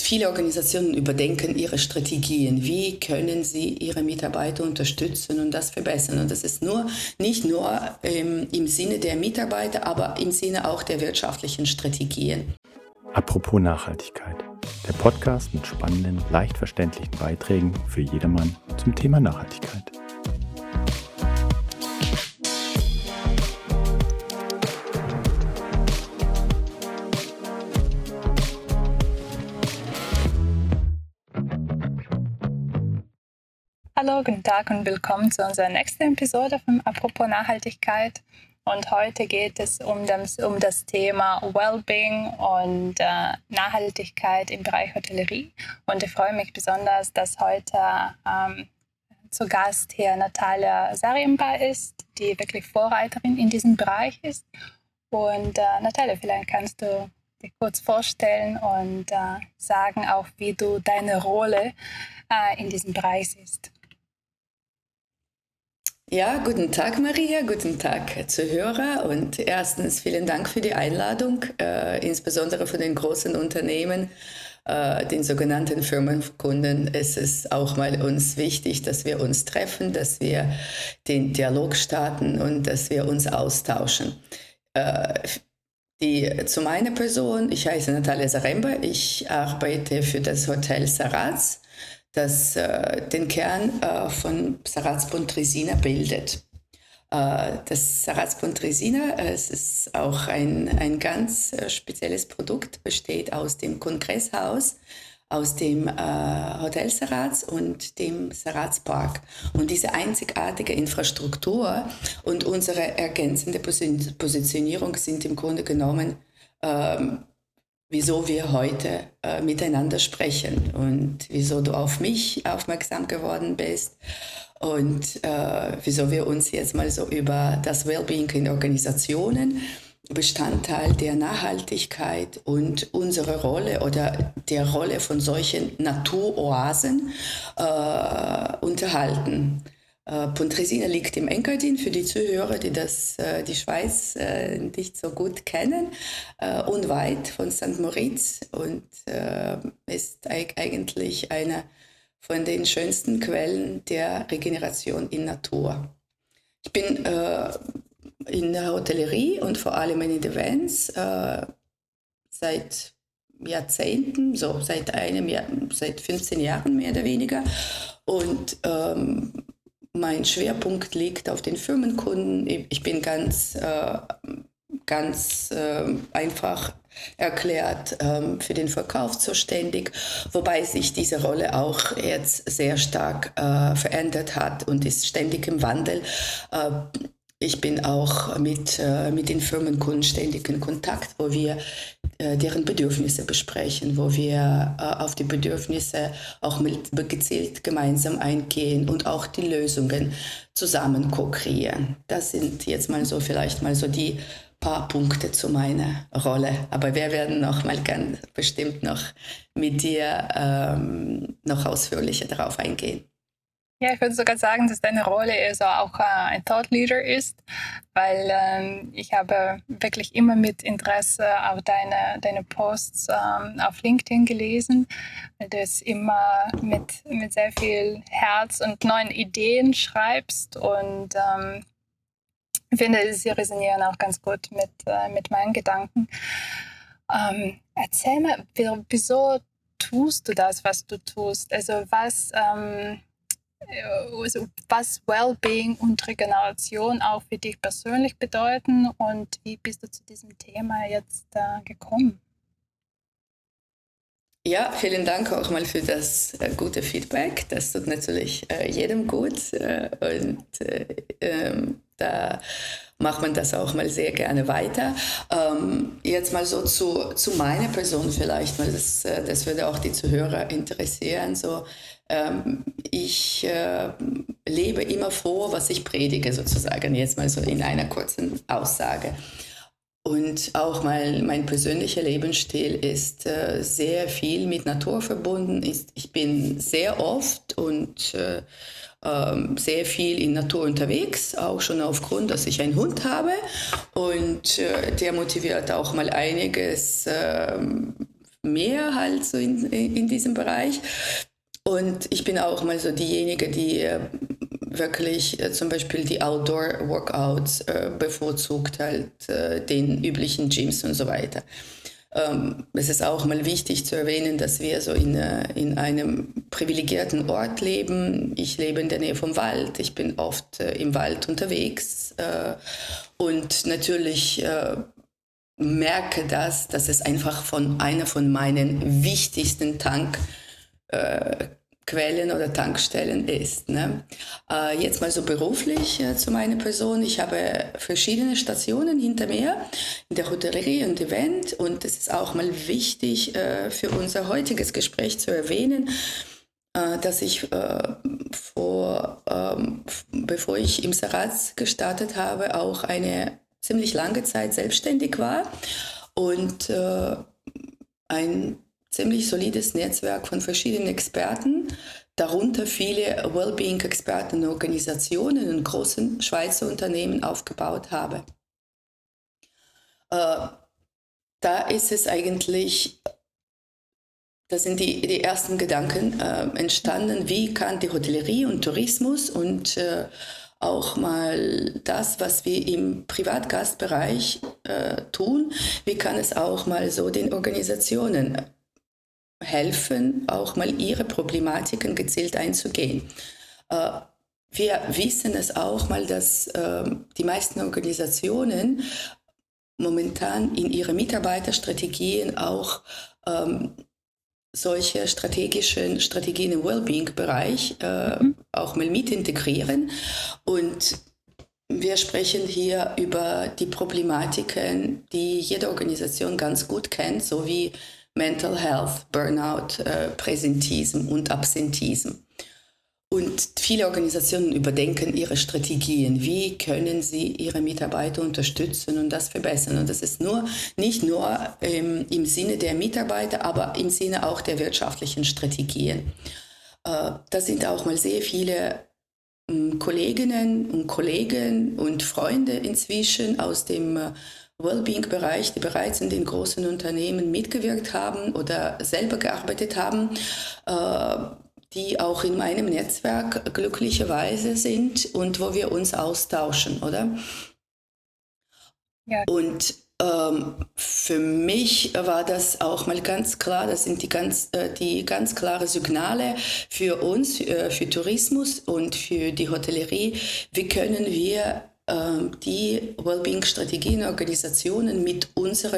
viele Organisationen überdenken ihre Strategien. Wie können sie ihre Mitarbeiter unterstützen und das verbessern? Und das ist nicht nur im Sinne der Mitarbeiter, aber im Sinne auch der wirtschaftlichen Strategien. Apropos Nachhaltigkeit. Der Podcast mit spannenden, leicht verständlichen Beiträgen für jedermann zum Thema Nachhaltigkeit. Hallo, guten Tag und willkommen zu unserer nächsten Episode von Apropos Nachhaltigkeit. Und heute geht es um das Thema Wellbeing und Nachhaltigkeit im Bereich Hotellerie. Und ich freue mich besonders, dass heute zu Gast hier Natalia Sariemba ist, die wirklich Vorreiterin in diesem Bereich ist. Und Natalia, vielleicht kannst du dich kurz vorstellen und sagen auch, wie du deine Rolle in diesem Bereich siehst. Ja, guten Tag Maria, guten Tag Zuhörer und erstens vielen Dank für die Einladung, insbesondere von den großen Unternehmen, den sogenannten Firmenkunden. Es ist auch mal uns wichtig, dass wir uns treffen, dass wir den Dialog starten und dass wir uns austauschen. Zu meiner Person, ich heiße Natalia Sariemba, ich arbeite für das Hotel Saraz, das den Kern von Saraz Pontresina bildet. Das Saraz Pontresina, es ist auch ein ganz spezielles Produkt, besteht aus dem Kongresshaus, aus dem Hotel Saraz und dem Saraz Park. Und diese einzigartige Infrastruktur und unsere ergänzende Positionierung sind im Grunde genommen wieso wir heute miteinander sprechen und wieso du auf mich aufmerksam geworden bist und wieso wir uns jetzt mal so über das Wellbeing in Organisationen, Bestandteil der Nachhaltigkeit und unsere Rolle oder der Rolle von solchen Naturoasen unterhalten. Pontresina liegt im Engadin, für die Zuhörer, die die Schweiz nicht so gut kennen, unweit von St. Moritz und ist eigentlich eine von den schönsten Quellen der Regeneration in Natur. Ich bin in der Hotellerie und vor allem in den Events seit Jahrzehnten, so seit 15 Jahren mehr oder weniger und mein Schwerpunkt liegt auf den Firmenkunden. Ich bin ganz einfach erklärt für den Verkauf zuständig, wobei sich diese Rolle auch jetzt sehr stark verändert hat und ist ständig im Wandel. Ich bin auch mit den Firmenkunden ständig in Kontakt, wo wir deren Bedürfnisse besprechen, wo wir auf die Bedürfnisse auch gezielt gemeinsam eingehen und auch die Lösungen zusammen ko-kreieren. Das sind jetzt vielleicht mal so die paar Punkte zu meiner Rolle. Aber wir werden noch mal ganz bestimmt noch mit dir noch ausführlicher darauf eingehen. Ja, ich würde sogar sagen, dass deine Rolle also auch ein Thought Leader ist, weil ich habe wirklich immer mit Interesse auch deine Posts auf LinkedIn gelesen, weil du es immer mit sehr viel Herz und neuen Ideen schreibst und ich finde, sie resonieren auch ganz gut mit meinen Gedanken. Erzähl mal, wieso tust du das, was du tust? Also was Wellbeing und Regeneration auch für dich persönlich bedeuten und wie bist du zu diesem Thema jetzt gekommen? Ja, vielen Dank auch mal für das gute Feedback. Das tut natürlich jedem gut und da macht man das auch mal sehr gerne weiter. Jetzt mal so zu meiner Person vielleicht, weil das würde auch die Zuhörer interessieren. So, ich lebe immer vor, was ich predige sozusagen, jetzt mal so in einer kurzen Aussage. Und auch mein persönlicher Lebensstil ist sehr viel mit Natur verbunden. Ich bin sehr oft und sehr viel in Natur unterwegs, auch schon aufgrund, dass ich einen Hund habe. Und der motiviert auch mal einiges mehr halt so in diesem Bereich. Und ich bin auch mal so diejenige, die wirklich zum Beispiel die Outdoor-Workouts bevorzugt, halt den üblichen Gyms und so weiter. Es ist auch mal wichtig zu erwähnen, dass wir so in einem privilegierten Ort leben. Ich lebe in der Nähe vom Wald. Ich bin oft im Wald unterwegs und natürlich merke dass es einfach einer von meinen wichtigsten Quellen oder Tankstellen ist. Ne? Jetzt mal so beruflich zu meiner Person. Ich habe verschiedene Stationen hinter mir in der Hotellerie und Event und es ist auch mal wichtig für unser heutiges Gespräch zu erwähnen, dass ich bevor ich im Saraz gestartet habe, auch eine ziemlich lange Zeit selbstständig war und ein ziemlich solides Netzwerk von verschiedenen Experten, darunter viele Wellbeing-Experten und Organisationen in großen Schweizer Unternehmen aufgebaut habe. Da ist es eigentlich, da sind die ersten Gedanken entstanden, wie kann die Hotellerie und Tourismus und auch mal das, was wir im Privatgastbereich tun, wie kann es auch mal so den Organisationen helfen, auch mal ihre Problematiken gezielt einzugehen. Wir wissen es auch mal, dass die meisten Organisationen momentan in ihre Mitarbeiterstrategien auch solche Strategien im Wellbeing-Bereich auch mal mit integrieren. Und wir sprechen hier über die Problematiken, die jede Organisation ganz gut kennt, so wie Mental Health, Burnout, Präsentism und Absentism. Und viele Organisationen überdenken ihre Strategien. Wie können sie ihre Mitarbeiter unterstützen und das verbessern? Und das ist nicht nur im Sinne der Mitarbeiter, aber im Sinne auch der wirtschaftlichen Strategien. Da sind auch mal sehr viele Kolleginnen und Kollegen und Freunde inzwischen aus dem Wellbeing-Bereich, die bereits in den großen Unternehmen mitgewirkt haben oder selber gearbeitet haben, die auch in meinem Netzwerk glücklicherweise sind und wo wir uns austauschen, oder? Ja. Und für mich war das auch mal ganz klar, das sind die ganz klare Signale für uns, für Tourismus und für die Hotellerie. Wie können wir die Wellbeing-Strategien, Organisationen mit unserer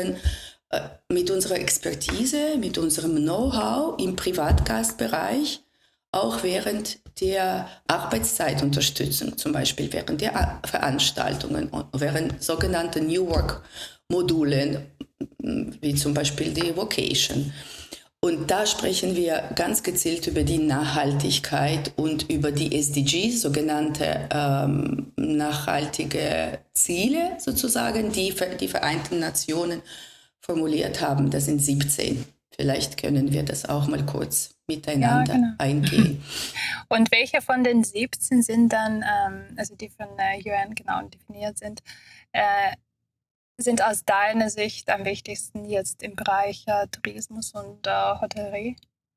Expertise, mit unserem Know-how im Privatgastbereich auch während der Arbeitszeit unterstützen, zum Beispiel während der Veranstaltungen, während sogenannten New Work-Modulen, wie zum Beispiel die Vocation. Und da sprechen wir ganz gezielt über die Nachhaltigkeit und über die SDGs, sogenannte nachhaltige Ziele sozusagen, die die Vereinten Nationen formuliert haben. Das sind 17. Vielleicht können wir das auch mal kurz miteinander eingehen. Und welche von den 17 sind dann, also die von der UN genau definiert sind aus deiner Sicht am wichtigsten jetzt im Bereich Tourismus und Hotellerie?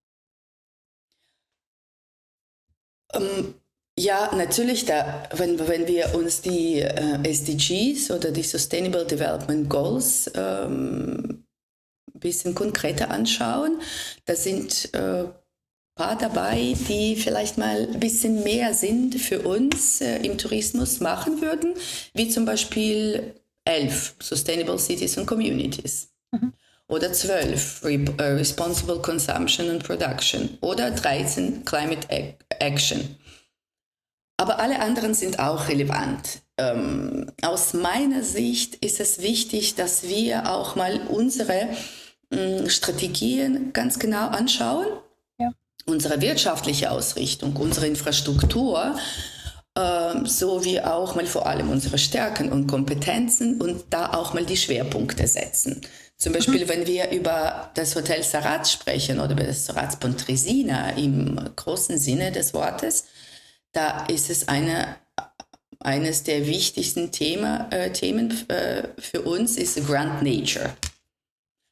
Ja, natürlich, wenn wir uns die SDGs oder die Sustainable Development Goals ein bisschen konkreter anschauen, da sind paar dabei, die vielleicht mal ein bisschen mehr Sinn für uns im Tourismus machen würden, wie zum Beispiel 11 Sustainable Cities and Communities oder 12 Responsible Consumption and Production oder 13 Climate Action. Aber alle anderen sind auch relevant. Aus meiner Sicht ist es wichtig, dass wir auch mal unsere Strategien ganz genau anschauen, unsere wirtschaftliche Ausrichtung, unsere Infrastruktur, sowie auch mal vor allem unsere Stärken und Kompetenzen und da auch mal die Schwerpunkte setzen. Zum Beispiel, wenn wir über das Hotel Saraz sprechen oder über das Saraz Pontresina im großen Sinne des Wortes, da ist es eines der wichtigsten Themen für uns ist Grand Nature.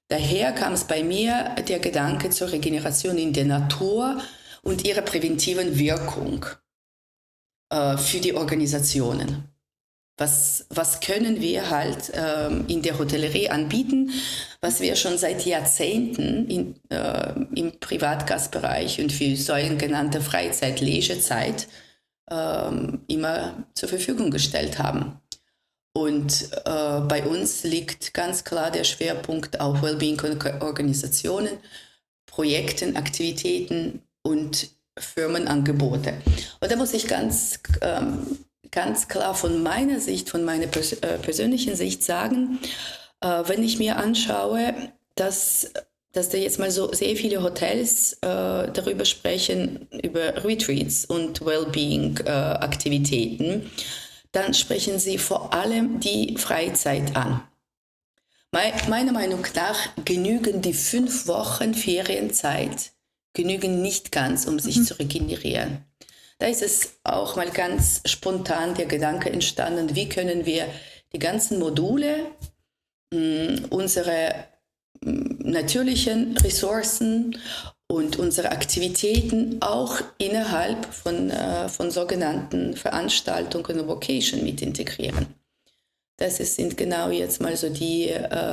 daher kam es bei mir der Gedanke zur Regeneration in der Natur und ihrer präventiven Wirkung für die Organisationen. Was können wir halt in der Hotellerie anbieten, was wir schon seit Jahrzehnten im Privatgastbereich und für sogenannte Freizeit, Leisure-Zeit immer zur Verfügung gestellt haben. Und bei uns liegt ganz klar der Schwerpunkt auf Wellbeing-Organisationen, Projekten, Aktivitäten und Firmenangebote. Und da muss ich ganz klar von meiner Sicht, von meiner persönlichen Sicht sagen, wenn ich mir anschaue, dass da jetzt mal so sehr viele Hotels darüber sprechen, über Retreats und Wellbeing-Aktivitäten, dann sprechen sie vor allem die Freizeit an. Meiner Meinung nach genügen die 5 Wochen Ferienzeit genügen nicht ganz, um sich zu regenerieren. Da ist es auch mal ganz spontan der Gedanke entstanden, wie können wir die ganzen Module, unsere natürlichen Ressourcen und unsere Aktivitäten auch innerhalb von sogenannten Veranstaltungen und Vocation mit integrieren. Das sind genau jetzt mal so die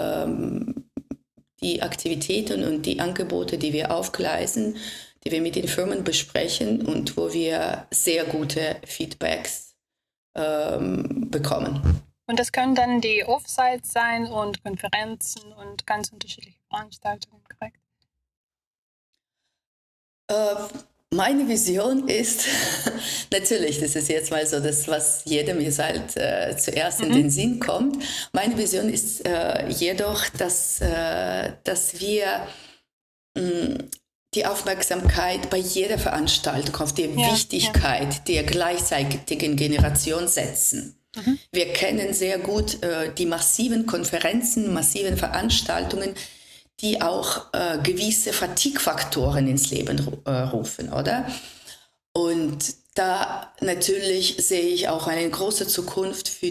Aktivitäten und die Angebote, die wir aufgleisen, die wir mit den Firmen besprechen und wo wir sehr gute Feedbacks bekommen. Und das können dann die Offsites sein und Konferenzen und ganz unterschiedliche Veranstaltungen, korrekt? Meine Vision ist, natürlich, das ist jetzt mal so das, was jedem jetzt halt zuerst in den Sinn kommt. Meine Vision ist jedoch, dass wir die Aufmerksamkeit bei jeder Veranstaltung auf die Wichtigkeit der gleichzeitigen Generation setzen. Wir kennen sehr gut die massiven Konferenzen, massiven Veranstaltungen, die auch gewisse Fatigue-Faktoren ins Leben rufen, oder? Und da natürlich sehe ich auch eine große Zukunft für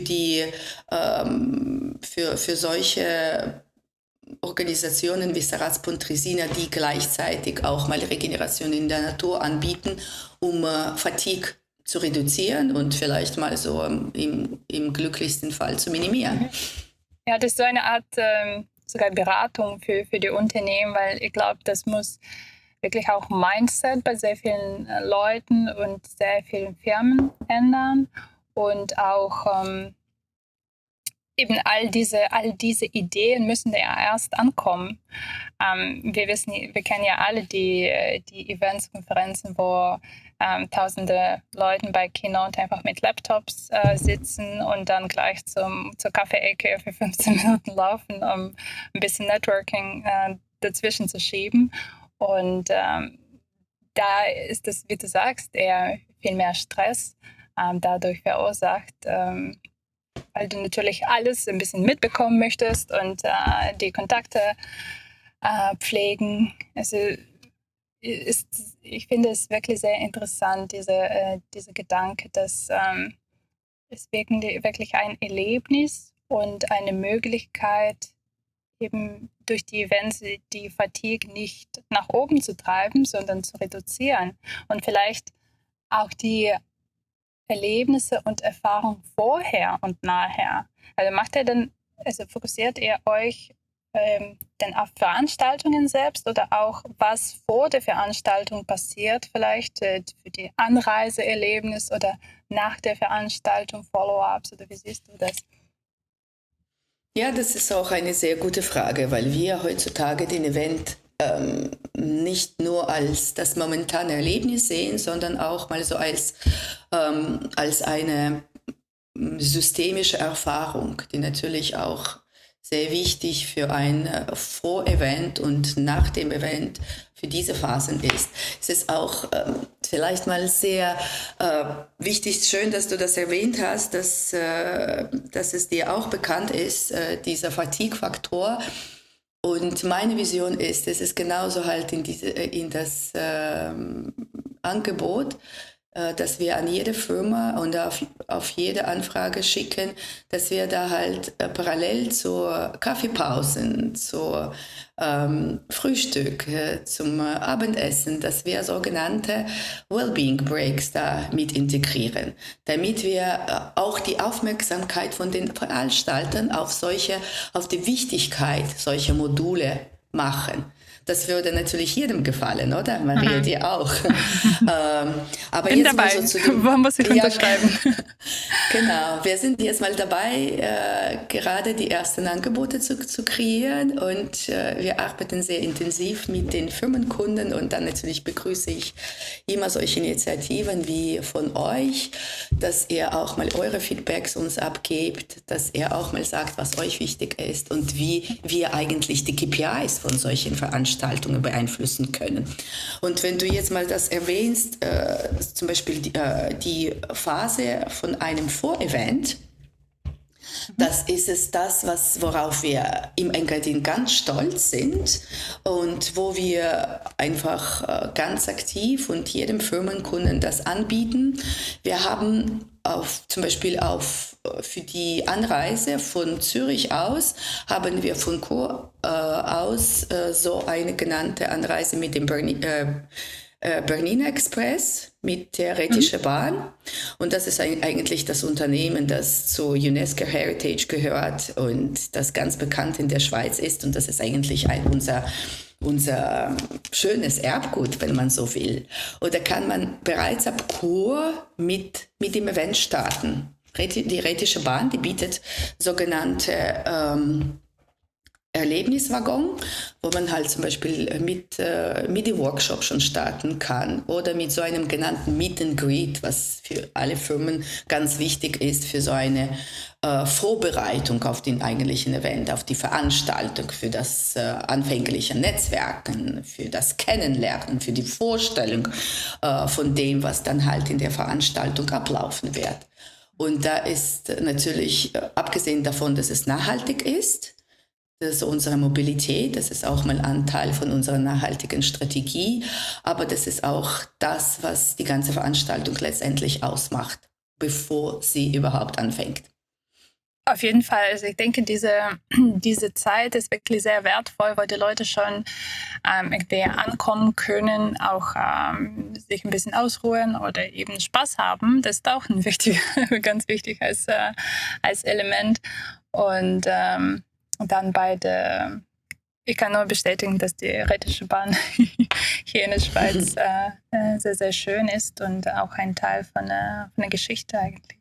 solche Organisationen wie Saraspon Tresina, die gleichzeitig auch mal Regeneration in der Natur anbieten, um Fatigue zu reduzieren und vielleicht mal so im glücklichsten Fall zu minimieren. Ja, das ist so eine Art sogar Beratung für die Unternehmen, weil ich glaube, das muss wirklich auch Mindset bei sehr vielen Leuten und sehr vielen Firmen ändern und auch eben all diese Ideen müssen ja erst ankommen. Wir kennen ja alle die Events, Konferenzen, wo tausende Leute bei Keynote einfach mit Laptops sitzen und dann gleich zur Kaffeeecke für 15 Minuten laufen, um ein bisschen Networking dazwischen zu schieben. Und da ist es, wie du sagst, eher viel mehr Stress dadurch verursacht, weil du natürlich alles ein bisschen mitbekommen möchtest und die Kontakte pflegen. Also ich finde es wirklich sehr interessant, diese Gedanke, dass es wirklich ein Erlebnis und eine Möglichkeit, eben durch die Events die Fatigue nicht nach oben zu treiben, sondern zu reduzieren. Und vielleicht auch die Erlebnisse und Erfahrungen vorher und nachher. Also fokussiert ihr euch denn auf Veranstaltungen selbst oder auch was vor der Veranstaltung passiert, vielleicht für die Anreiseerlebnis oder nach der Veranstaltung Follow-ups, oder wie siehst du das? Ja, das ist auch eine sehr gute Frage, weil wir heutzutage den Event nicht nur als das momentane Erlebnis sehen, sondern auch mal so als eine systemische Erfahrung, die natürlich auch sehr wichtig für ein Vor-Event und nach dem Event für diese Phasen ist. Es ist auch vielleicht mal sehr wichtig, schön, dass du das erwähnt hast, dass es dir auch bekannt ist, dieser Fatigue-Faktor. Und meine Vision ist, es ist genauso halt in das Angebot, dass wir an jede Firma und auf jede Anfrage schicken, dass wir da halt parallel zur Kaffeepausen, zur Frühstück, zum Abendessen, dass wir sogenannte Wellbeing Breaks da mit integrieren, damit wir auch die Aufmerksamkeit von den Veranstaltern auf die Wichtigkeit solcher Module machen. Das würde natürlich jedem gefallen, oder? Maria, dir auch. Aber bin jetzt dabei. So wo muss ich unterschreiben? Genau, wir sind jetzt mal dabei, gerade die ersten Angebote zu kreieren und wir arbeiten sehr intensiv mit den Firmenkunden und dann natürlich begrüße ich immer solche Initiativen wie von euch, dass ihr auch mal eure Feedbacks uns abgebt, dass ihr auch mal sagt, was euch wichtig ist und wie wir eigentlich die KPIs von solchen Veranstaltungen beeinflussen können. Und wenn du jetzt mal das erwähnst, zum Beispiel die Phase von einem Vorevent, das ist worauf wir im Engadin ganz stolz sind und wo wir einfach ganz aktiv und jedem Firmenkunden das anbieten. Wir haben zum Beispiel für die Anreise von Zürich aus haben wir von Chur aus so eine genannte Anreise mit dem Bernina Express mit der Rätische Bahn. Und das ist eigentlich das Unternehmen, das zur UNESCO Heritage gehört und das ganz bekannt in der Schweiz ist. Und das ist eigentlich unser schönes Erbgut, wenn man so will. Oder kann man bereits ab Chur mit dem Event starten. Die Rätische Bahn, die bietet sogenannte Erlebniswaggon, wo man halt zum Beispiel mit dem Workshop schon starten kann oder mit so einem genannten Meet and Greet, was für alle Firmen ganz wichtig ist für so eine Vorbereitung auf den eigentlichen Event, auf die Veranstaltung, für das anfängliche Netzwerken, für das Kennenlernen, für die Vorstellung von dem, was dann halt in der Veranstaltung ablaufen wird. Und da ist natürlich, abgesehen davon, dass es nachhaltig ist, das ist unsere Mobilität, das ist auch mal ein Teil von unserer nachhaltigen Strategie, aber das ist auch das, was die ganze Veranstaltung letztendlich ausmacht, bevor sie überhaupt anfängt. Auf jeden Fall. Also ich denke, diese Zeit ist wirklich sehr wertvoll, weil die Leute schon irgendwie ankommen können, auch sich ein bisschen ausruhen oder eben Spaß haben. Das ist auch ganz wichtig als Element. Und dann ich kann nur bestätigen, dass die Rätische Bahn hier in der Schweiz sehr, sehr schön ist und auch ein Teil von der Geschichte eigentlich.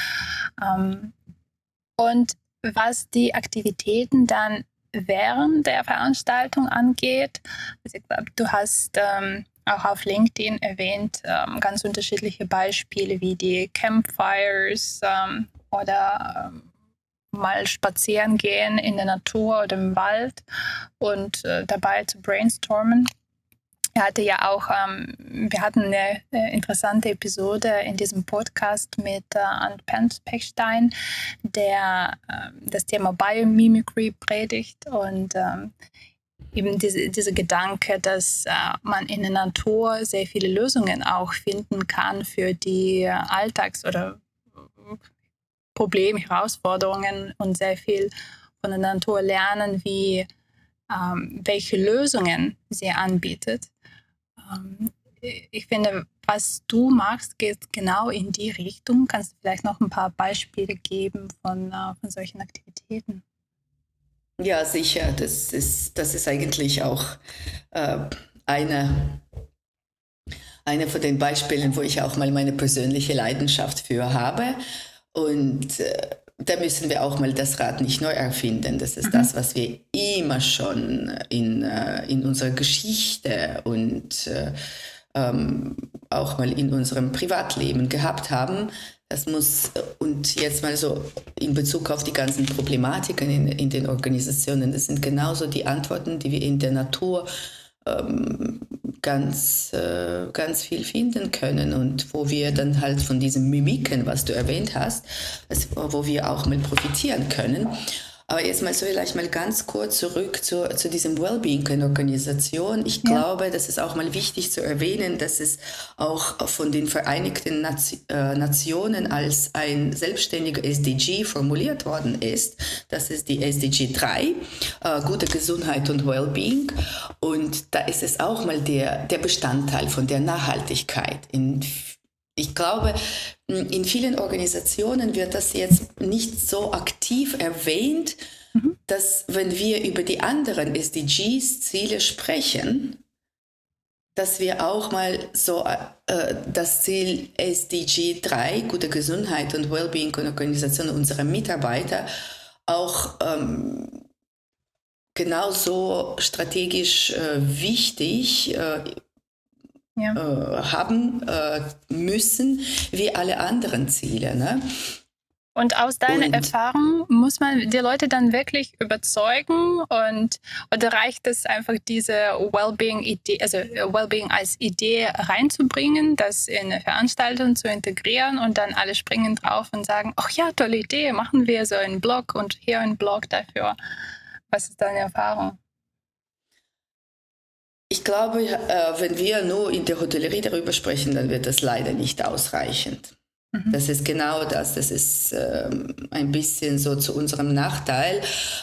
Und was die Aktivitäten dann während der Veranstaltung angeht, also ich glaube, du hast auch auf LinkedIn erwähnt, ganz unterschiedliche Beispiele wie die Campfires oder mal spazieren gehen in der Natur oder im Wald und dabei zu brainstormen. Wir hatten eine interessante Episode in diesem Podcast mit Arndt Pechstein, der das Thema Biomimicry predigt und eben diese Gedanke, dass man in der Natur sehr viele Lösungen auch finden kann für die Alltags- oder Probleme, Herausforderungen und sehr viel von der Natur lernen, wie welche Lösungen sie anbietet. Ich finde, was du machst, geht genau in die Richtung. Kannst du vielleicht noch ein paar Beispiele geben von solchen Aktivitäten? Ja, sicher. Das ist eigentlich auch eine von den Beispielen, wo ich auch mal meine persönliche Leidenschaft für habe. Und da müssen wir auch mal das Rad nicht neu erfinden. Das ist das, was wir immer schon in unserer Geschichte und auch mal in unserem Privatleben gehabt haben. Das muss, und jetzt mal so in Bezug auf die ganzen Problematiken in den Organisationen, das sind genauso die Antworten, die wir in der Natur ganz viel finden können und wo wir dann halt von diesen Mimiken, was du erwähnt hast, wo wir auch mal profitieren können. Aber jetzt mal so vielleicht mal ganz kurz zurück zu diesem Wellbeing in Organisation. Ich glaube, das ist auch mal wichtig zu erwähnen, dass es auch von den Vereinigten Nationen als ein selbstständiger SDG formuliert worden ist. Das ist die SDG 3, gute Gesundheit und Wellbeing. Und da ist es auch mal der Bestandteil von der Nachhaltigkeit. Ich glaube, in vielen Organisationen wird das jetzt nicht so aktiv erwähnt, dass wenn wir über die anderen SDGs-Ziele sprechen, dass wir auch mal so das Ziel SDG 3, gute Gesundheit und Wellbeing und Organisation unserer Mitarbeiter, auch genauso strategisch wichtig haben müssen wie alle anderen Ziele. Ne? Und aus deiner Erfahrung muss man die Leute dann wirklich überzeugen oder reicht es einfach, diese Wellbeing-Idee, also Wellbeing als Idee reinzubringen, das in eine Veranstaltung zu integrieren und dann alle springen drauf und sagen, ach ja, tolle Idee, machen wir so einen Blog und hier einen Blog dafür. Was ist deine Erfahrung? Ich glaube, wenn wir nur in der Hotellerie darüber sprechen, dann wird das leider nicht ausreichend. Das ist genau das. Das ist ein bisschen so zu unserem Nachteil.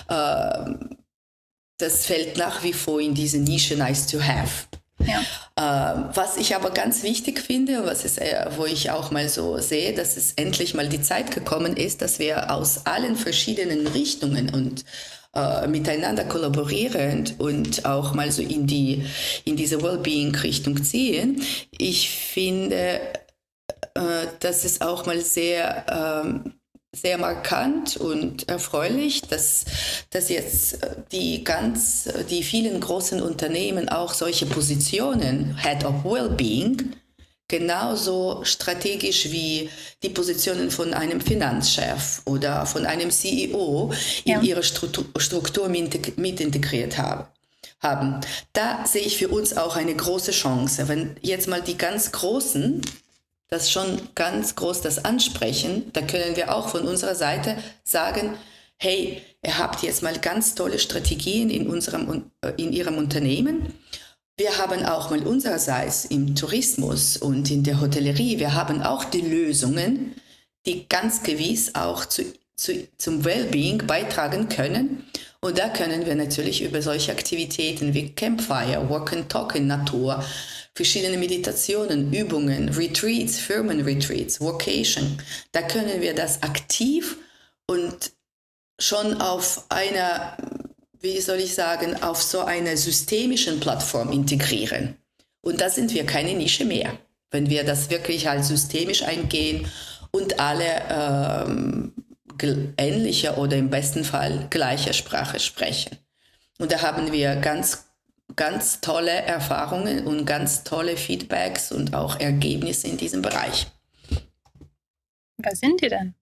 Das fällt nach wie vor in diese Nische nice to have. Ja. Was ich aber ganz wichtig finde, wo ich auch mal so sehe, dass es endlich mal die Zeit gekommen ist, dass wir aus allen verschiedenen Richtungen und miteinander kollaborierend und auch mal so in diese Wellbeing-Richtung ziehen. Ich finde, das ist auch mal sehr markant und erfreulich, dass jetzt die vielen großen Unternehmen auch solche Positionen, Head of Wellbeing, genauso strategisch wie die Positionen von einem Finanzchef oder von einem CEO in ihre Struktur mit integriert haben. Da sehe ich für uns auch eine große Chance. Wenn jetzt mal die ganz Großen das schon ganz groß das ansprechen, da können wir auch von unserer Seite sagen, hey, ihr habt jetzt mal ganz tolle Strategien in Ihrem Unternehmen. Wir haben auch mal unsererseits im Tourismus und in der Hotellerie, wir haben auch die Lösungen, die ganz gewiss auch zum Wellbeing beitragen können. Und da können wir natürlich über solche Aktivitäten wie Campfire, Walk and Talk in Natur, verschiedene Meditationen, Übungen, Retreats, Firmenretreats, Vocation, da können wir das aktiv und schon auf einer, wie soll ich sagen, auf so einer systemischen Plattform integrieren. Und da sind wir keine Nische mehr, wenn wir das wirklich als systemisch eingehen und alle ähnliche oder im besten Fall gleiche Sprache sprechen. Und da haben wir ganz tolle Erfahrungen und ganz tolle Feedbacks und auch Ergebnisse in diesem Bereich. Was sind die denn?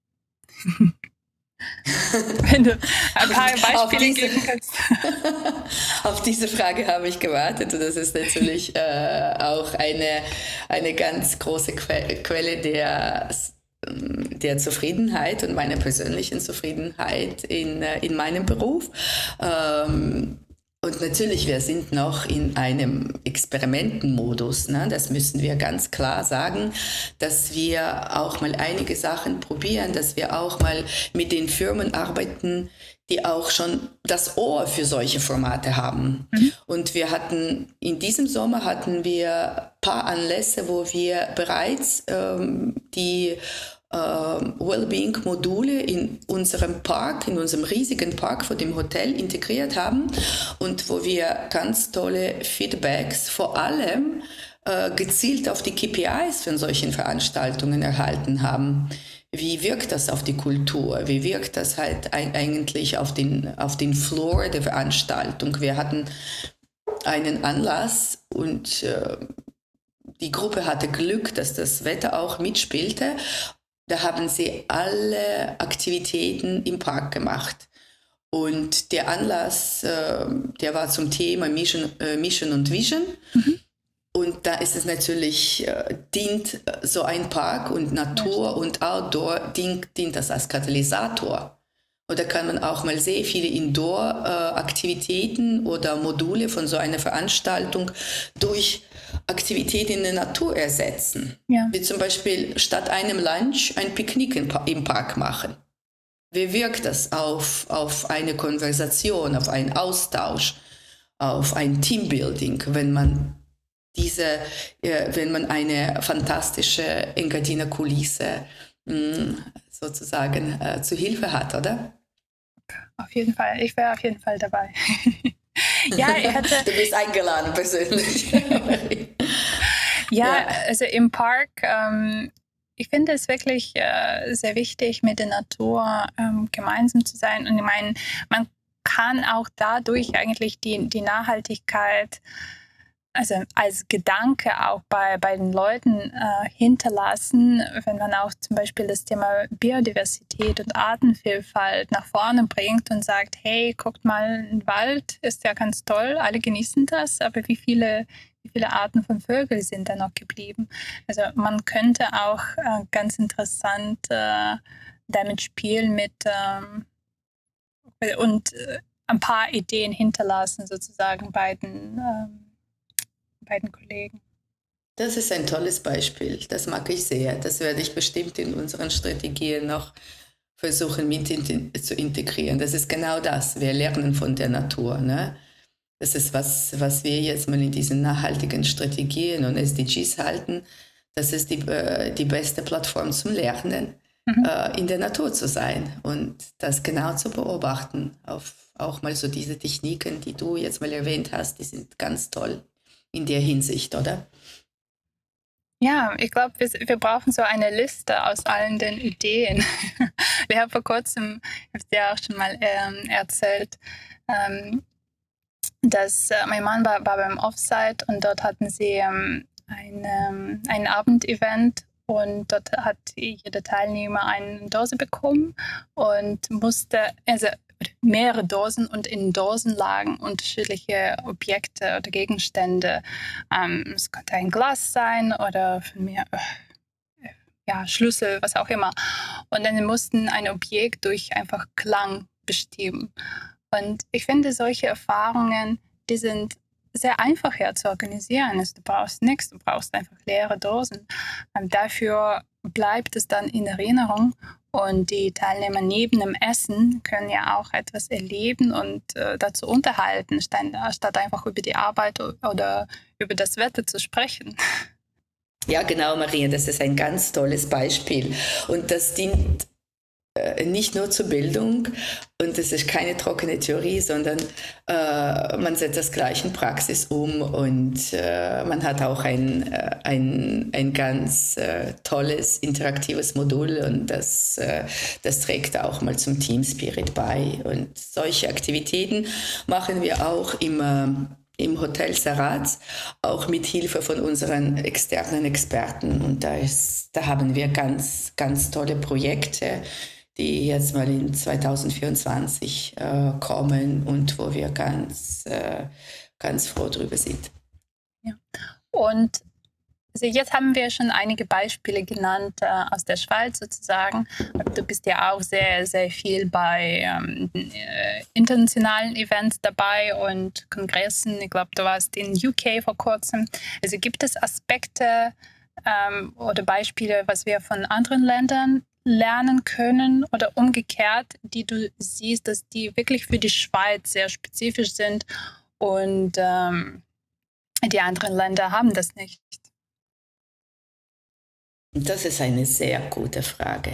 Wenn du ein paar Beispiele geben kannst. Auf diese Frage habe ich gewartet und das ist natürlich auch eine ganz große Quelle der Zufriedenheit und meiner persönlichen Zufriedenheit in meinem Beruf. Und natürlich, wir sind noch in einem Experimentenmodus. Ne? Das müssen wir ganz klar sagen, dass wir auch mal einige Sachen probieren, dass wir auch mal mit den Firmen arbeiten, die auch schon das Ohr für solche Formate haben. Und in diesem Sommer hatten wir ein paar Anlässe, wo wir bereits die Wellbeing-Module in unserem Park, in unserem riesigen Park vor dem Hotel integriert haben und wo wir ganz tolle Feedbacks, vor allem gezielt auf die KPIs von solchen Veranstaltungen erhalten haben. Wie wirkt das auf die Kultur? Wie wirkt das halt eigentlich auf den Floor der Veranstaltung? Wir hatten einen Anlass und die Gruppe hatte Glück, dass das Wetter auch mitspielte. Da haben sie alle Aktivitäten im Park gemacht. Und der Anlass, der war zum Thema Mission und Vision. Und da ist es natürlich, dient so ein Park und Natur und Outdoor, dient das als Katalysator. Oder kann man auch mal sehr viele Indoor-Aktivitäten oder Module von so einer Veranstaltung durch Aktivitäten in der Natur ersetzen. Ja. Wie zum Beispiel statt einem Lunch ein Picknick im Park machen. Wie wirkt das auf eine Konversation, auf einen Austausch, auf ein Teambuilding, wenn man eine fantastische Engadiner Kulisse sozusagen zu Hilfe hat, oder? Auf jeden Fall. Ich wäre auf jeden Fall dabei. Ja, du bist eingeladen persönlich. Ja, also im Park, ich finde es wirklich sehr wichtig, mit der Natur gemeinsam zu sein. Und ich meine, man kann auch dadurch eigentlich die Nachhaltigkeit, also als Gedanke auch bei den Leuten hinterlassen, wenn man auch zum Beispiel das Thema Biodiversität und Artenvielfalt nach vorne bringt und sagt, hey, guckt mal, ein Wald ist ja ganz toll, alle genießen das, aber wie viele Arten von Vögeln sind da noch geblieben? Also man könnte auch ganz interessant damit spielen und ein paar Ideen hinterlassen sozusagen bei den Kollegen. Das ist ein tolles Beispiel. Das mag ich sehr. Das werde ich bestimmt in unseren Strategien noch versuchen zu integrieren. Das ist genau das. Wir lernen von der Natur. Ne? Das ist was wir jetzt mal in diesen nachhaltigen Strategien und SDGs halten. Das ist die beste Plattform zum Lernen, in der Natur zu sein und das genau zu beobachten. Auch mal so diese Techniken, die du jetzt mal erwähnt hast, die sind ganz toll. In der Hinsicht, oder? Ja, ich glaube, wir brauchen so eine Liste aus allen den Ideen. Wir haben vor kurzem, ich habe es dir auch schon mal erzählt, dass mein Mann war beim Offsite und dort hatten sie ein Abendevent und dort hat jeder Teilnehmer eine Dose bekommen und musste, also mehrere Dosen und in Dosen lagen unterschiedliche Objekte oder Gegenstände. Es konnte ein Glas sein oder von mir Schlüssel, was auch immer. Und dann mussten ein Objekt durch einfach Klang bestimmen. Und ich finde, solche Erfahrungen, die sind sehr einfach hier zu organisieren. Also du brauchst nichts, du brauchst einfach leere Dosen. Und dafür bleibt es dann in Erinnerung. Und die Teilnehmer neben dem Essen können ja auch etwas erleben und dazu unterhalten, statt einfach über die Arbeit oder über das Wetter zu sprechen. Ja, genau, Maria, das ist ein ganz tolles Beispiel. Und das dient nicht nur zur Bildung und es ist keine trockene Theorie, sondern man setzt das gleich in Praxis um und man hat auch ein ganz tolles, interaktives Modul und das trägt auch mal zum Team Spirit bei. Und solche Aktivitäten machen wir auch im Hotel Sarat, auch mit Hilfe von unseren externen Experten. Und da haben wir ganz, ganz tolle Projekte, die jetzt mal in 2024 kommen und wo wir ganz froh drüber sind. Ja. Und also jetzt haben wir schon einige Beispiele genannt aus der Schweiz sozusagen. Du bist ja auch sehr, sehr viel bei internationalen Events dabei und Kongressen. Ich glaube, du warst in UK vor kurzem. Also gibt es Aspekte oder Beispiele, was wir von anderen Ländern lernen können oder umgekehrt, die du siehst, dass die wirklich für die Schweiz sehr spezifisch sind und die anderen Länder haben das nicht? Das ist eine sehr gute Frage.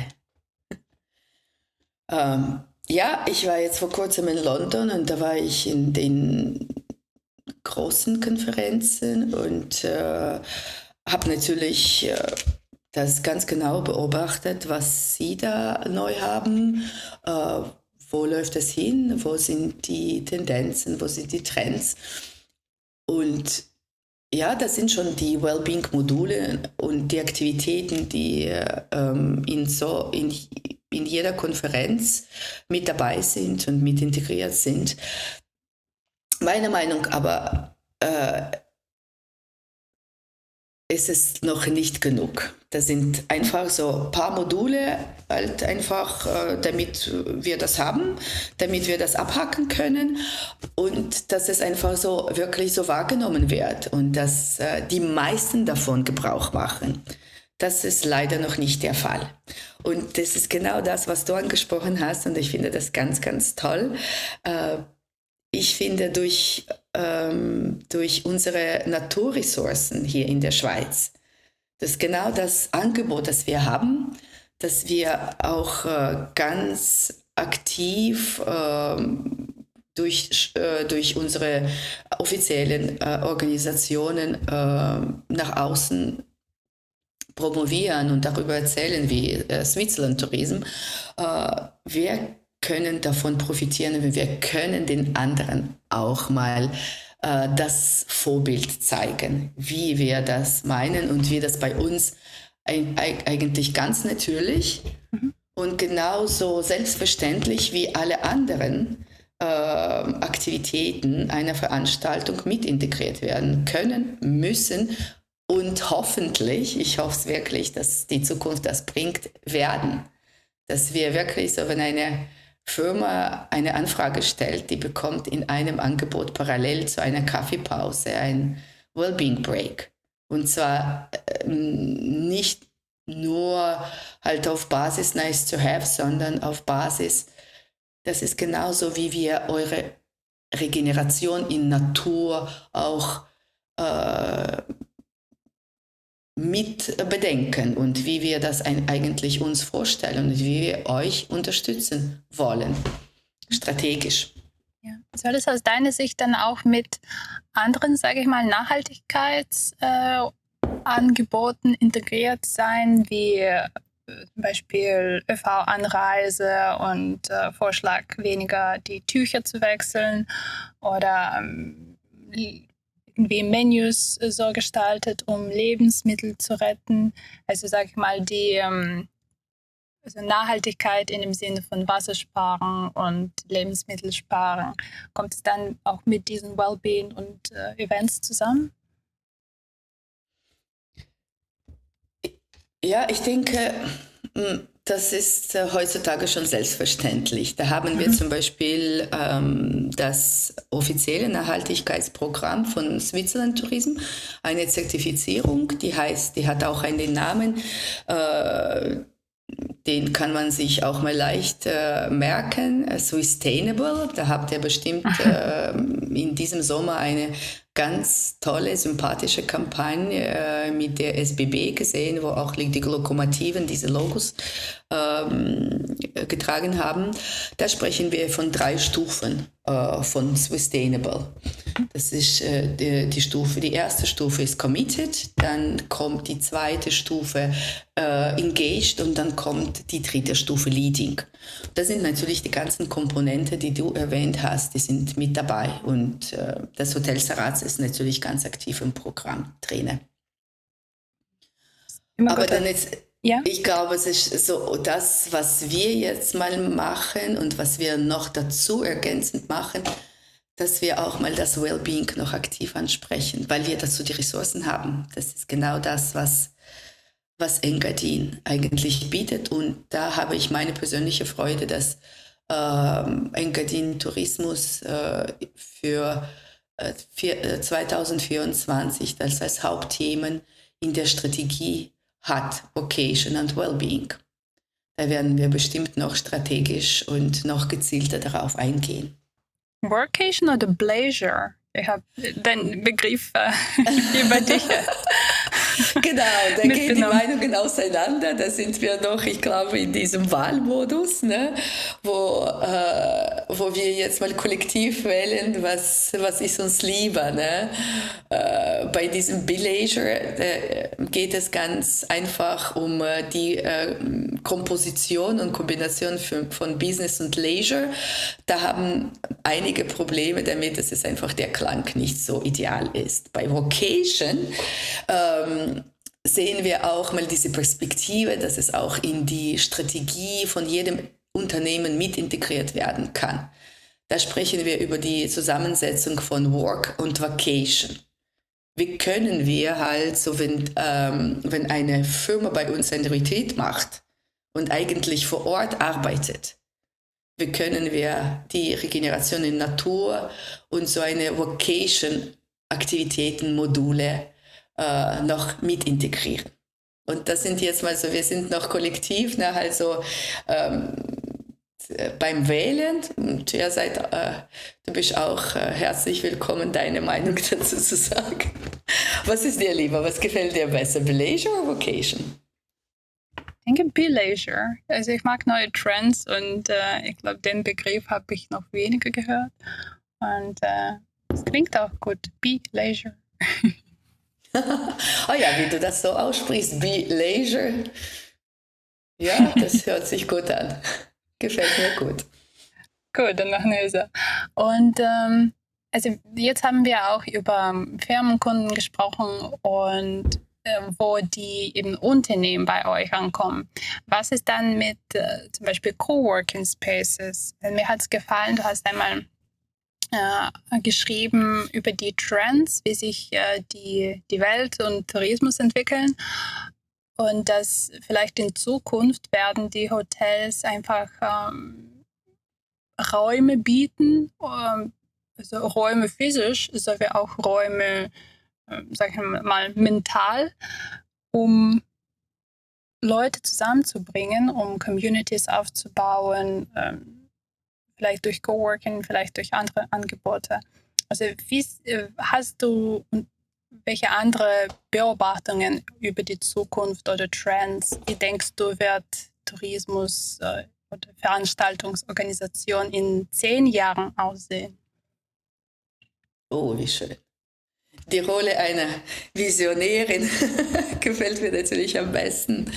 Ja, ich war jetzt vor kurzem in London und da war ich in den großen Konferenzen und habe natürlich das ganz genau beobachtet, was Sie da neu haben, wo läuft es hin, wo sind die Tendenzen, wo sind die Trends. Und ja, das sind schon die Wellbeing-Module und die Aktivitäten, die in jeder Konferenz mit dabei sind und mit integriert sind. Meine Meinung aber, ist es noch nicht genug. Das sind einfach so ein paar Module, halt einfach, damit wir das haben, damit wir das abhaken können und dass es einfach so wirklich so wahrgenommen wird und dass die meisten davon Gebrauch machen. Das ist leider noch nicht der Fall. Und das ist genau das, was du angesprochen hast und ich finde das ganz, ganz toll. Ich finde, durch unsere Naturressourcen hier in der Schweiz, das ist genau das Angebot, das wir haben, dass wir auch ganz aktiv durch unsere offiziellen Organisationen nach außen promovieren und darüber erzählen, wie Switzerland Tourism. Wir können davon profitieren, wenn wir können den anderen auch mal das Vorbild zeigen, wie wir das meinen und wie das bei uns eigentlich ganz natürlich und genauso selbstverständlich wie alle anderen Aktivitäten einer Veranstaltung mit integriert werden können, müssen und hoffentlich, ich hoffe es wirklich, dass die Zukunft das bringt, werden. Dass wir wirklich so, wenn eine Firma eine Anfrage stellt, die bekommt in einem Angebot parallel zu einer Kaffeepause ein Wellbeing Break. Und zwar nicht nur halt auf Basis nice to have, sondern auf Basis, das ist genauso wie wir eure Regeneration in Natur auch mit bedenken und wie wir das eigentlich uns vorstellen und wie wir euch unterstützen wollen, strategisch. Ja. Soll es aus deiner Sicht dann auch mit anderen, sage ich mal, Nachhaltigkeitsangeboten integriert sein, wie zum Beispiel ÖV-Anreise und Vorschlag, weniger die Tücher zu wechseln oder irgendwie Menüs so gestaltet, um Lebensmittel zu retten. Also sage ich mal, die also Nachhaltigkeit in dem Sinne von Wassersparen und Lebensmittelsparen. Kommt es dann auch mit diesen Wellbeing und Events zusammen? Ja, ich denke, das ist heutzutage schon selbstverständlich. Da haben wir zum Beispiel das offizielle Nachhaltigkeitsprogramm von Switzerland Tourism, eine Zertifizierung, die hat auch einen Namen, den kann man sich auch mal leicht merken, Sustainable. Da habt ihr bestimmt in diesem Sommer eine ganz tolle, sympathische Kampagne mit der SBB gesehen, wo auch die Lokomotiven diese Logos getragen haben. Da sprechen wir von 3 Stufen von Sustainable. Das ist die Stufe. Die erste Stufe ist Committed, dann kommt die zweite Stufe Engaged und dann kommt die dritte Stufe Leading. Das sind natürlich die ganzen Komponenten, die du erwähnt hast, die sind mit dabei und das Hotel Saraz ist natürlich ganz aktiv im Programm drin. Aber dann jetzt, ja? Ich glaube, es ist so das, was wir jetzt mal machen und was wir noch dazu ergänzend machen, dass wir auch mal das Wellbeing noch aktiv ansprechen, weil wir dazu die Ressourcen haben. Das ist genau das, was Engadin eigentlich bietet. Und da habe ich meine persönliche Freude, dass Engadin Tourismus für 2024 das als Hauptthemen in der Strategie hat, Vocation und Wellbeing. Da werden wir bestimmt noch strategisch und noch gezielter darauf eingehen. Workation oder Bleisure? Ich habe den Begriff über dich. Genau, da gehen die Meinungen auseinander. Da sind wir noch, ich glaube, in diesem Wahlmodus, ne? wo wir jetzt mal kollektiv wählen, was ist uns lieber. Ne? Bei diesem Bleisure geht es ganz einfach um die Komposition und Kombination von Business und Leisure. Da haben einige Probleme damit, dass es einfach der Klang nicht so ideal ist. Bei Vocation sehen wir auch mal diese Perspektive, dass es auch in die Strategie von jedem Unternehmen mit integriert werden kann. Da sprechen wir über die Zusammensetzung von Work und Vacation. wie können wir halt, so wenn eine Firma bei uns ein Retreat macht und eigentlich vor Ort arbeitet, wie können wir die Regeneration in Natur und so eine Vocation-Aktivitäten, Module noch mit integrieren. Und das sind jetzt mal so, wir sind noch kollektiv, ne, also beim Wählen. Und ihr seid, du bist auch herzlich willkommen, deine Meinung dazu zu sagen. Was ist dir lieber? Was gefällt dir besser? Leisure oder Vocation? Ich denke Be Leisure. Also ich mag neue Trends und ich glaube, den Begriff habe ich noch weniger gehört. Und es klingt auch gut. Be Leisure. Oh ja, wie du das so aussprichst. Be Leisure. Ja, das hört sich gut an. Gefällt mir gut. Gut, dann machen wir so. Und also jetzt haben wir auch über Firmenkunden gesprochen und wo die eben Unternehmen bei euch ankommen. Was ist dann mit zum Beispiel Coworking Spaces? Mir hat es gefallen, du hast einmal geschrieben über die Trends, wie sich die Welt und Tourismus entwickeln. Und dass vielleicht in Zukunft werden die Hotels einfach Räume bieten, also Räume physisch, sowie auch Räume, sag ich mal, mental, um Leute zusammenzubringen, um Communities aufzubauen, vielleicht durch Coworking, vielleicht durch andere Angebote. Also hast du welche andere Beobachtungen über die Zukunft oder Trends? Wie denkst du, wird Tourismus oder Veranstaltungsorganisation in 10 Jahren aussehen? Oh, wie schön. Die Rolle einer Visionärin gefällt mir natürlich am besten.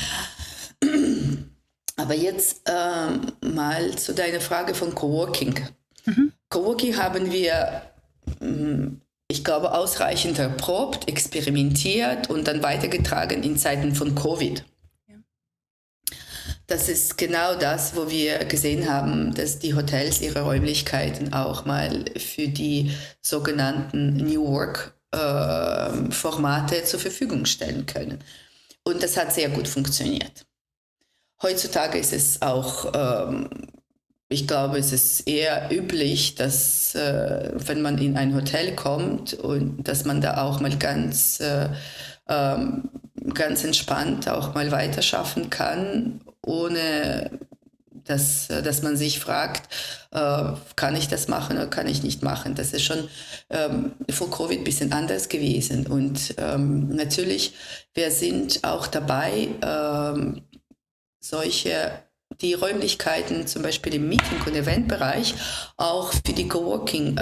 Aber jetzt mal zu deiner Frage von Coworking. Coworking haben wir, ich glaube, ausreichend erprobt, experimentiert und dann weitergetragen in Zeiten von Covid. Ja. Das ist genau das, wo wir gesehen haben, dass die Hotels ihre Räumlichkeiten auch mal für die sogenannten New Work Formate zur Verfügung stellen können. Und das hat sehr gut funktioniert. Heutzutage ist es auch, ich glaube, es ist eher üblich, dass wenn man in ein Hotel kommt und dass man da auch mal ganz entspannt auch mal weiterschaffen kann, ohne dass man sich fragt, kann ich das machen oder kann ich nicht machen. Das ist schon vor Covid ein bisschen anders gewesen. Und natürlich, wir sind auch dabei, die Räumlichkeiten zum Beispiel im Meeting- und Eventbereich auch für die Coworking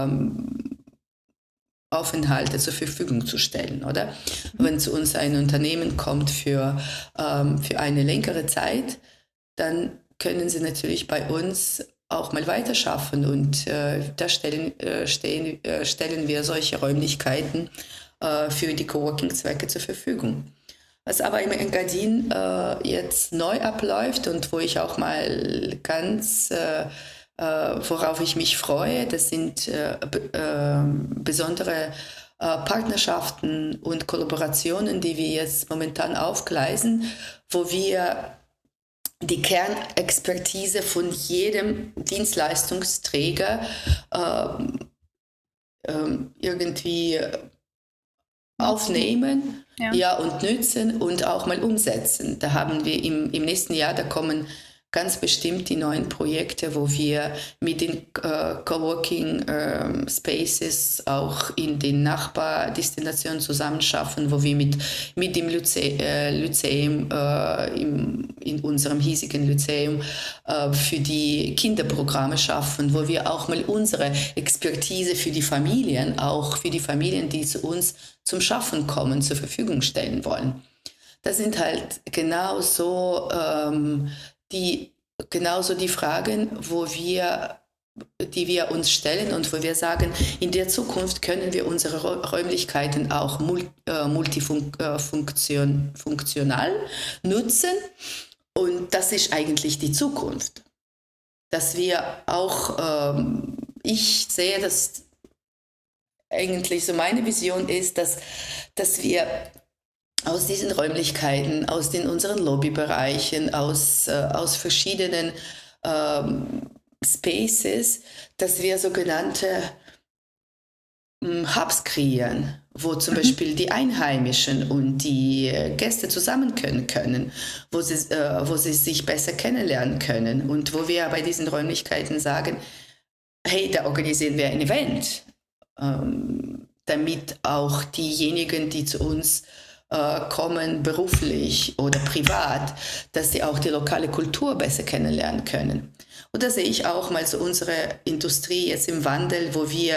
Aufenthalte zur Verfügung zu stellen, oder? Wenn zu uns ein Unternehmen kommt für eine längere Zeit, dann können sie natürlich bei uns auch mal weiterschaffen und da stellen wir solche Räumlichkeiten für die Coworking-Zwecke zur Verfügung. Was aber im Engadin jetzt neu abläuft und wo ich auch mal ganz, worauf ich mich freue, das sind besondere Partnerschaften und Kollaborationen, die wir jetzt momentan aufgleisen, wo wir die Kernexpertise von jedem Dienstleistungsträger irgendwie aufnehmen, ja, und nützen und auch mal umsetzen. Da haben wir im nächsten Jahr, da kommen ganz bestimmt die neuen Projekte, wo wir mit den Coworking Spaces auch in den Nachbardestinationen zusammenschaffen, wo wir mit dem Lyzeum, in unserem hiesigen Lyzeum, für die Kinderprogramme schaffen, wo wir auch mal unsere Expertise für die Familien, die zu uns zum Schaffen kommen, zur Verfügung stellen wollen. Das sind halt genauso die Fragen, die wir uns stellen und wo wir sagen, in der Zukunft können wir unsere Räumlichkeiten auch multifunktional nutzen. Und das ist eigentlich die Zukunft. Dass wir auch, ich sehe, dass eigentlich so meine Vision ist, dass wir aus diesen Räumlichkeiten, unseren Lobbybereichen, aus verschiedenen Spaces, dass wir sogenannte Hubs kreieren, wo zum Beispiel die Einheimischen und die Gäste zusammen können, wo sie sich besser kennenlernen können und wo wir bei diesen Räumlichkeiten sagen, hey, da organisieren wir ein Event, damit auch diejenigen, die zu uns kommen, beruflich oder privat, dass sie auch die lokale Kultur besser kennenlernen können. Und da sehe ich auch mal so unsere Industrie jetzt im Wandel, wo wir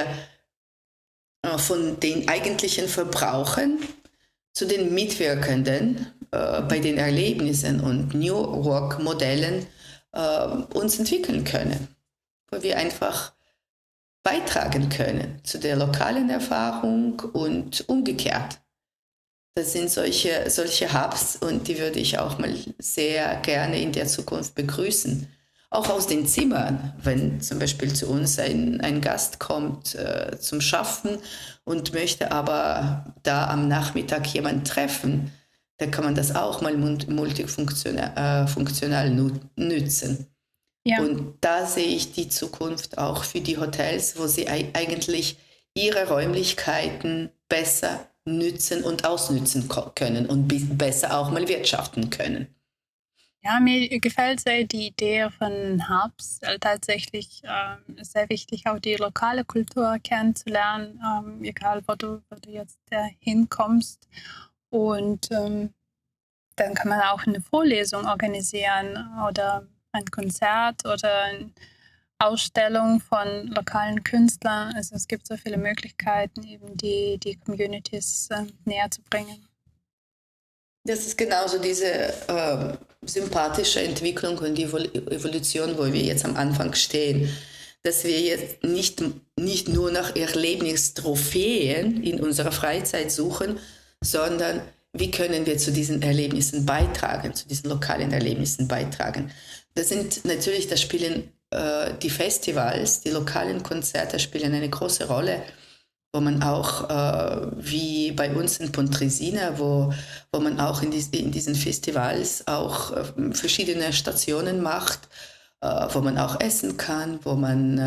von den eigentlichen Verbrauchern zu den Mitwirkenden bei den Erlebnissen und New Work-Modellen uns entwickeln können, wo wir einfach beitragen können zu der lokalen Erfahrung und umgekehrt. Das sind solche Hubs und die würde ich auch mal sehr gerne in der Zukunft begrüßen. Auch aus den Zimmern, wenn zum Beispiel zu uns ein Gast kommt zum Schaffen und möchte aber da am Nachmittag jemanden treffen, dann kann man das auch mal multifunktional nützen. Ja. Und da sehe ich die Zukunft auch für die Hotels, wo sie eigentlich ihre Räumlichkeiten besser nützen und ausnützen können und besser auch mal wirtschaften können. Ja, mir gefällt sehr die Idee von Hubs. Tatsächlich ist sehr wichtig, auch die lokale Kultur kennenzulernen, egal wo du jetzt hinkommst. Und dann kann man auch eine Vorlesung organisieren oder ein Konzert oder eine Ausstellung von lokalen Künstlern. Also es gibt so viele Möglichkeiten, eben die Communities näher zu bringen. Das ist genauso diese sympathische Entwicklung und die Evolution, wo wir jetzt am Anfang stehen, dass wir jetzt nicht nur nach Erlebnistrophäen in unserer Freizeit suchen, sondern wie können wir zu diesen Erlebnissen beitragen, zu diesen lokalen Erlebnissen beitragen. Das spielen die Festivals, die lokalen Konzerte spielen eine große Rolle, wo man auch, wie bei uns in Pontresina, wo man auch in diesen Festivals auch verschiedene Stationen macht, wo man auch essen kann, wo man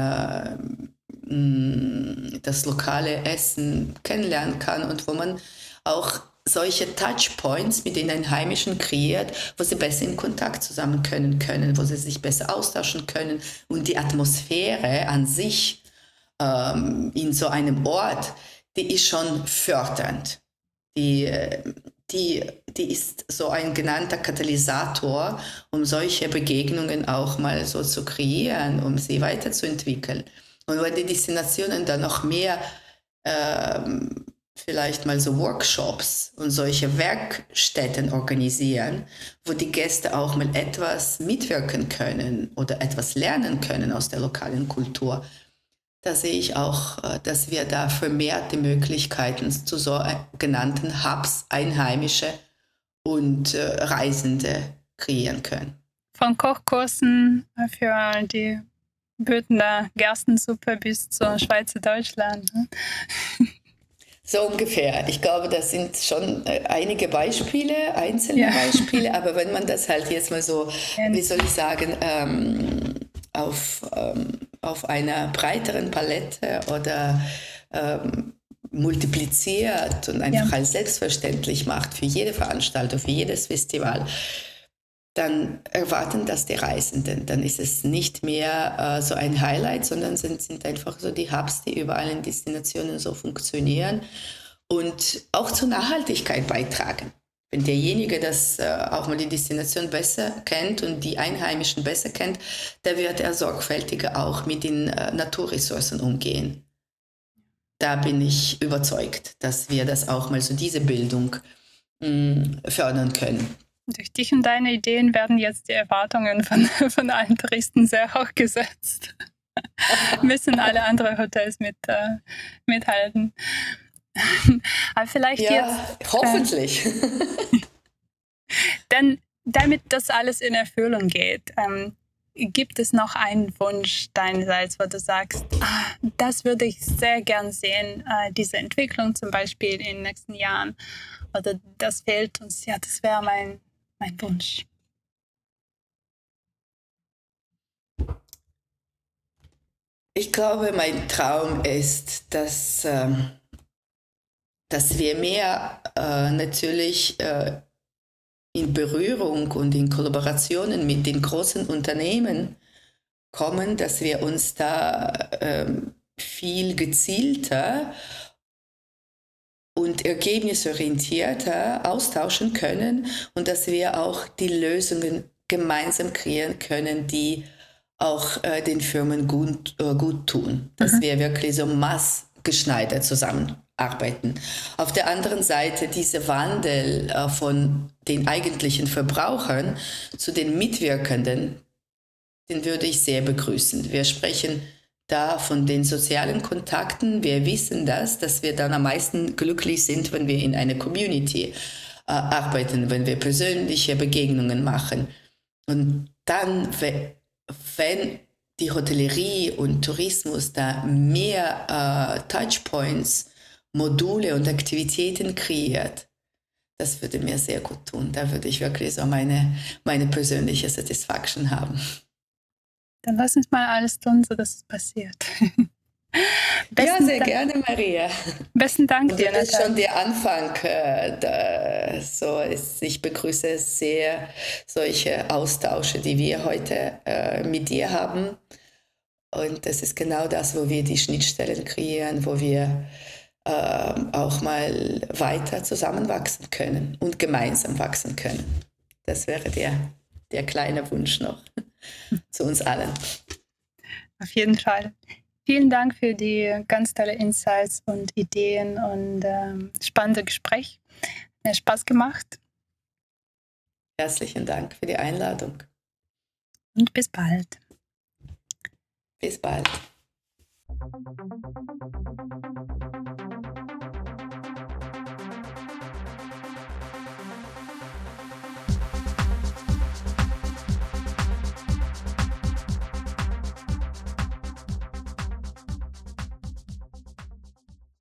das lokale Essen kennenlernen kann und wo man auch solche Touchpoints mit den Einheimischen kreiert, wo sie besser in Kontakt zusammen können, wo sie sich besser austauschen können und die Atmosphäre an sich in so einem Ort, die ist schon fördernd. Die ist so ein genannter Katalysator, um solche Begegnungen auch mal so zu kreieren, um sie weiterzuentwickeln. Und wenn die Destinationen dann noch mehr vielleicht mal so Workshops und solche Werkstätten organisieren, wo die Gäste auch mal etwas mitwirken können oder etwas lernen können aus der lokalen Kultur, da sehe ich auch, dass wir da vermehrte Möglichkeiten zu so genannten Hubs, Einheimische und Reisende kreieren können. Von Kochkursen für die Bündner Gerstensuppe bis zur Schweizer Deutschland. So ungefähr. Ich glaube, das sind schon einige Beispiele, einzelne Beispiele, aber wenn man das halt jetzt mal so, wie soll ich sagen, auf einer breiteren Palette oder multipliziert und einfach als selbstverständlich macht für jede Veranstaltung, für jedes Festival, dann erwarten das die Reisenden. Dann ist es nicht mehr so ein Highlight, sondern sind einfach so die Hubs, die überall in Destinationen so funktionieren und auch zur Nachhaltigkeit beitragen. Wenn derjenige das auch mal die Destination besser kennt und die Einheimischen besser kennt, da wird er sorgfältiger auch mit den Naturressourcen umgehen. Da bin ich überzeugt, dass wir das auch mal so diese Bildung fördern können. Durch dich und deine Ideen werden jetzt die Erwartungen von allen Touristen sehr hoch gesetzt. Müssen alle anderen Hotels mithalten. Aber vielleicht jetzt. Hoffentlich. Denn damit das alles in Erfüllung geht, gibt es noch einen Wunsch deinerseits, wo du sagst, das würde ich sehr gern sehen, diese Entwicklung zum Beispiel in den nächsten Jahren, oder das fehlt uns, ja, das wäre mein Wunsch. Ich glaube, mein Traum ist, dass wir mehr natürlich in Berührung und in Kollaborationen mit den großen Unternehmen kommen, dass wir uns da viel gezielter und ergebnisorientierter austauschen können und dass wir auch die Lösungen gemeinsam kreieren können, die auch den Firmen gut tun. Dass wir wirklich so maßgeschneidert zusammenarbeiten. Auf der anderen Seite dieser Wandel von den eigentlichen Verbrauchern zu den Mitwirkenden, den würde ich sehr begrüßen. Wir sprechen da von den sozialen Kontakten. Wir wissen dass wir dann am meisten glücklich sind, wenn wir in einer Community arbeiten, wenn wir persönliche Begegnungen machen. Und dann, wenn die Hotellerie und Tourismus da mehr Touchpoints, Module und Aktivitäten kreiert, das würde mir sehr gut tun. Da würde ich wirklich so meine persönliche Satisfaction haben. Dann lass uns mal alles tun, sodass es passiert. Ja, sehr gerne, Maria. Besten Dank dir, das ist schon der Anfang. Ich begrüße sehr solche Austausche, die wir heute mit dir haben. Und das ist genau das, wo wir die Schnittstellen kreieren, wo wir auch mal weiter zusammenwachsen können und gemeinsam wachsen können. Das wäre der kleine Wunsch noch zu uns allen. Auf jeden Fall. Vielen Dank für die ganz tolle Insights und Ideen und spannende Gespräch. Hat Spaß gemacht. Herzlichen Dank für die Einladung. Und bis bald. Bis bald.